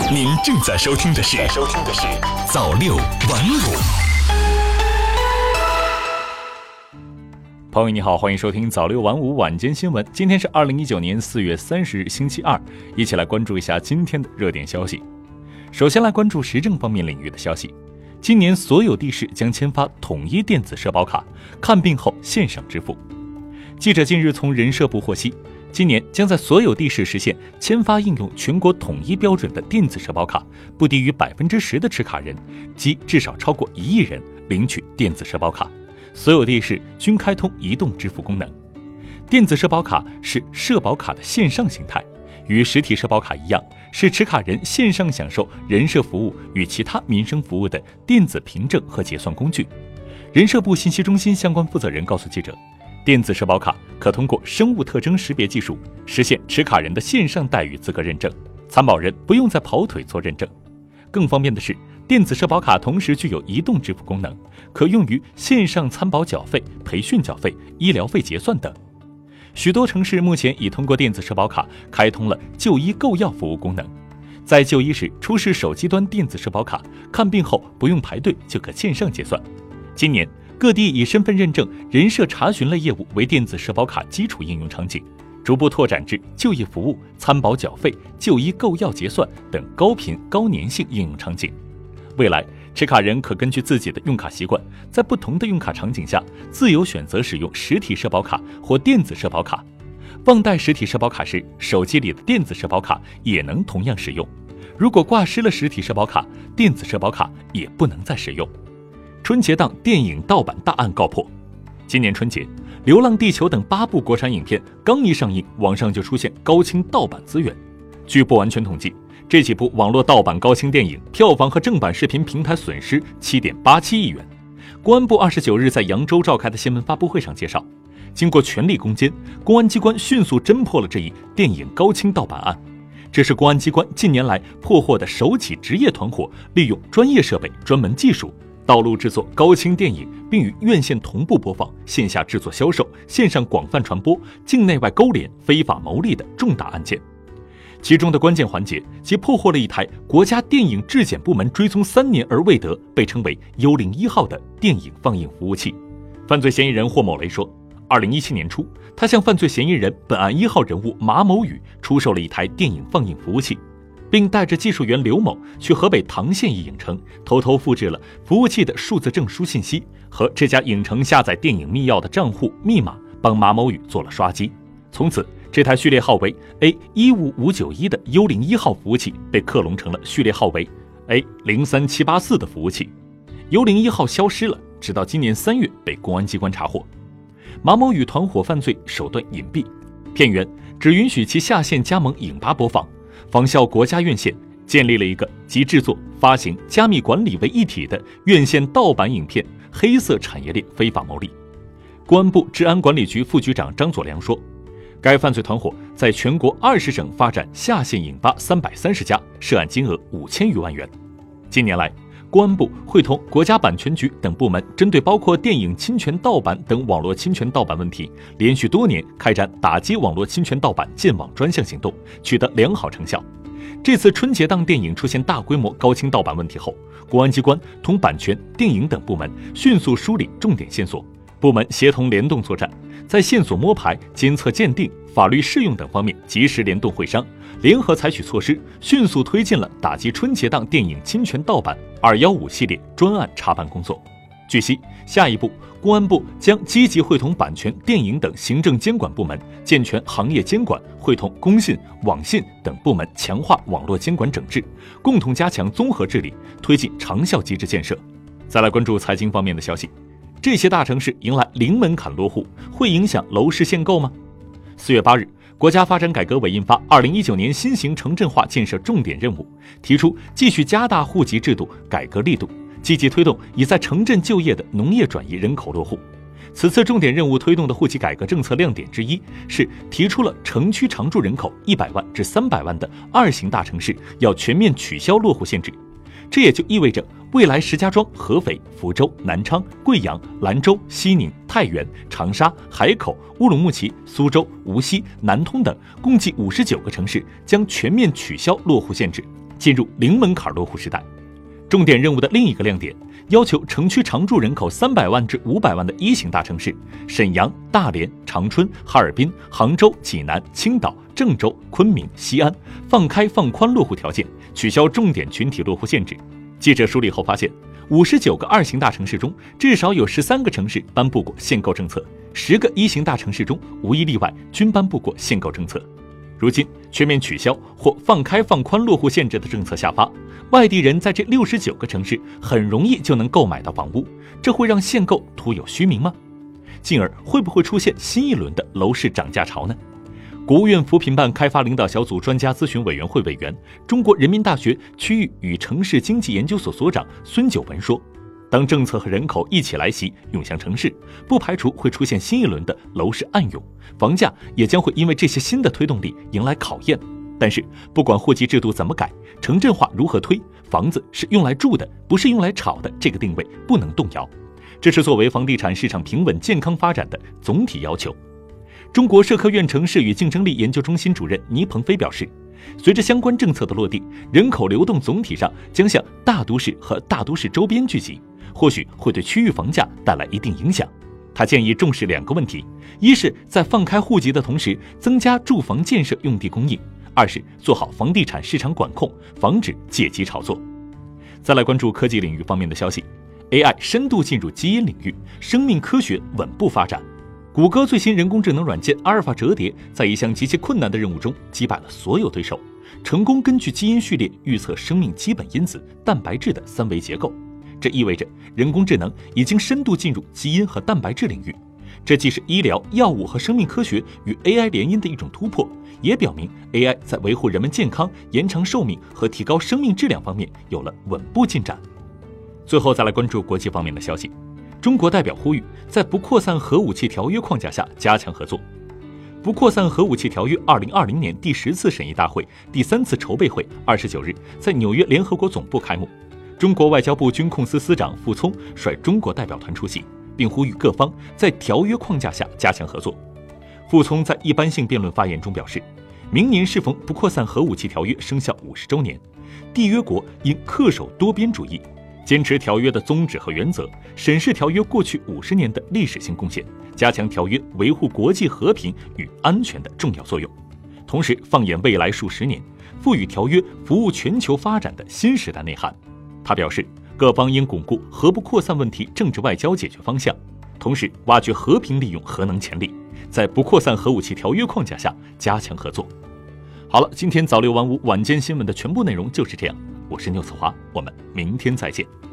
您正在收听的是早六晚五。 朋友你好，欢迎收听早六晚五晚间新闻。今天是2019年4月30日星期二，一起来关注一下今天的热点消息。首先来关注时政方面领域的消息。今年所有地市将签发统一电子社保卡，看病后线上支付。记者近日从人社部获悉，今年将在所有地市实现签发应用全国统一标准的电子社保卡不低于10%的持卡人，即至少超过1亿人领取电子社保卡。所有地市均开通移动支付功能。电子社保卡是社保卡的线上形态，与实体社保卡一样，是持卡人线上享受人社服务与其他民生服务的电子凭证和结算工具。人社部信息中心相关负责人告诉记者，电子社保卡可通过生物特征识别技术实现持卡人的线上待遇资格认证，参保人不用再跑腿做认证。更方便的是，电子社保卡同时具有移动支付功能，可用于线上参保缴费、培训缴费、医疗费结算等。许多城市目前已通过电子社保卡开通了就医购药服务功能，在就医时出示手机端电子社保卡，看病后不用排队就可线上结算。今年各地以身份认证、人社查询类业务为电子社保卡基础应用场景，逐步拓展至就业服务、参保缴费、就医购药结算等高频高粘性应用场景。未来，持卡人可根据自己的用卡习惯，在不同的用卡场景下，自由选择使用实体社保卡或电子社保卡。忘带实体社保卡时，手机里的电子社保卡也能同样使用。如果挂失了实体社保卡，电子社保卡也不能再使用。春节档电影盗版大案告破。今年春节，《流浪地球》等8部国产影片刚一上映，网上就出现高清盗版资源。据不完全统计，这几部网络盗版高清电影票房和正版视频平台损失7.87亿元。公安部29日在扬州召开的新闻发布会上介绍，经过全力攻坚，公安机关迅速侦破了这一电影高清盗版案。这是公安机关近年来破获的首起职业团伙利用专业设备、专门技术道路制作高清电影，并与院线同步播放、线下制作销售、线上广泛传播、境内外勾连、非法牟利的重大案件。其中的关键环节即破获了一台国家电影质检部门追踪3年而未得，被称为“幽灵1号”的电影放映服务器。犯罪嫌疑人霍某雷说，2017年初，他向犯罪嫌疑人本案1号人物马某宇出售了一台电影放映服务器，并带着技术员刘某去河北唐县一影城，偷偷复制了服务器的数字证书信息和这家影城下载电影密钥的账户密码，帮马某宇做了刷机。从此，这台序列号为 A15591 的幽灵1号服务器被克隆成了序列号为 A03784 的服务器。幽灵1号消失了，直到今年3月被公安机关查获。马某宇团伙犯罪手段隐蔽，片源只允许其下线加盟影吧播放，仿效国家院线，建立了一个集制作、发行、加密管理为一体的院线盗版影片黑色产业链非法牟利。公安部治安管理局副局长张佐良说，该犯罪团伙在全国20省发展下线影吧330家，涉案金额5000余万元。近年来，公安部会同国家版权局等部门，针对包括电影侵权盗版等网络侵权盗版问题，连续多年开展打击网络侵权盗版建网专项行动，取得良好成效。这次春节档电影出现大规模高清盗版问题后，公安机关同版权、电影等部门迅速梳理重点线索，部门协同联动作战，在线索摸排、监测鉴定、法律适用等方面及时联动会商，联合采取措施，迅速推进了打击春节档电影侵权盗版215系列专案查办工作。据悉，下一步公安部将积极会同版权、电影等行政监管部门，健全行业监管，会同工信、网信等部门强化网络监管整治，共同加强综合治理，推进长效机制建设。再来关注财经方面的消息，这些大城市迎来零门槛落户，会影响楼市限购吗？4月8日，国家发展改革委印发2019年新型城镇化建设重点任务，提出继续加大户籍制度改革力度，积极推动已在城镇就业的农业转移人口落户。此次重点任务推动的户籍改革政策亮点之一是提出了城区常住人口100万至300万的2型大城市要全面取消落户限制。这也就意味着未来石家庄、合肥、福州、南昌、贵阳、兰州、西宁、太原、长沙、海口、乌鲁木齐、苏州、无锡、南通等共计59个城市将全面取消落户限制， 进入零门槛落户时代。重点任务的另一个亮点，要求城区常住人口300万至500万的一型大城市沈阳、大连、长春、哈尔滨、杭州、济南、青岛、郑州、昆明、西安放开放宽落户条件，取消重点群体落户限制。记者梳理后发现，59个2型大城市中，至少有13个城市颁布过限购政策，10个1型大城市中无一例外均颁布过限购政策。如今全面取消或放开放宽落户限制的政策下发，外地人在这69个城市很容易就能购买到房屋，这会让限购徒有虚名吗？进而会不会出现新一轮的楼市涨价潮呢？国务院扶贫办开发领导小组专家咨询委员会委员、中国人民大学区域与城市经济研究所所长孙九文说，当政策和人口一起来袭涌向城市，不排除会出现新一轮的楼市暗涌，房价也将会因为这些新的推动力迎来考验。但是不管户籍制度怎么改，城镇化如何推，房子是用来住的，不是用来炒的，这个定位不能动摇，这是作为房地产市场平稳健康发展的总体要求。中国社科院城市与竞争力研究中心主任倪鹏飞表示，随着相关政策的落地，人口流动总体上将向大都市和大都市周边聚集，或许会对区域房价带来一定影响。他建议重视2个问题，一是在放开户籍的同时增加住房建设用地供应，二是做好房地产市场管控，防止借机炒作。再来关注科技领域方面的消息， AI 深度进入基因领域，生命科学稳步发展。谷歌最新人工智能软件阿尔法折叠在一项极其困难的任务中击败了所有对手，成功根据基因序列预测生命基本因子蛋白质的3维结构。这意味着人工智能已经深度进入基因和蛋白质领域，这既是医疗、药物和生命科学与 AI 联姻的一种突破，也表明 AI 在维护人们健康、延长寿命和提高生命质量方面有了稳步进展。最后再来关注国际方面的消息，中国代表呼吁在不扩散核武器条约框架下加强合作。不扩散核武器条约2020年第10次审议大会第3次筹备会29日在纽约联合国总部开幕，中国外交部军控司司长傅聪率中国代表团出席，并呼吁各方在条约框架下加强合作。傅聪在一般性辩论发言中表示，明年适逢不扩散核武器条约生效50周年，缔约国应恪守多边主义，坚持条约的宗旨和原则，审视条约过去50年的历史性贡献，加强条约维护国际和平与安全的重要作用。同时放眼未来数十年，赋予条约服务全球发展的新时代内涵。他表示，各方应巩固核不扩散问题政治外交解决方向，同时挖掘和平利用核能潜力，在不扩散核武器条约框架下加强合作。好了，今天早6晚5晚间新闻的全部内容就是这样，我是牛子华，我们明天再见。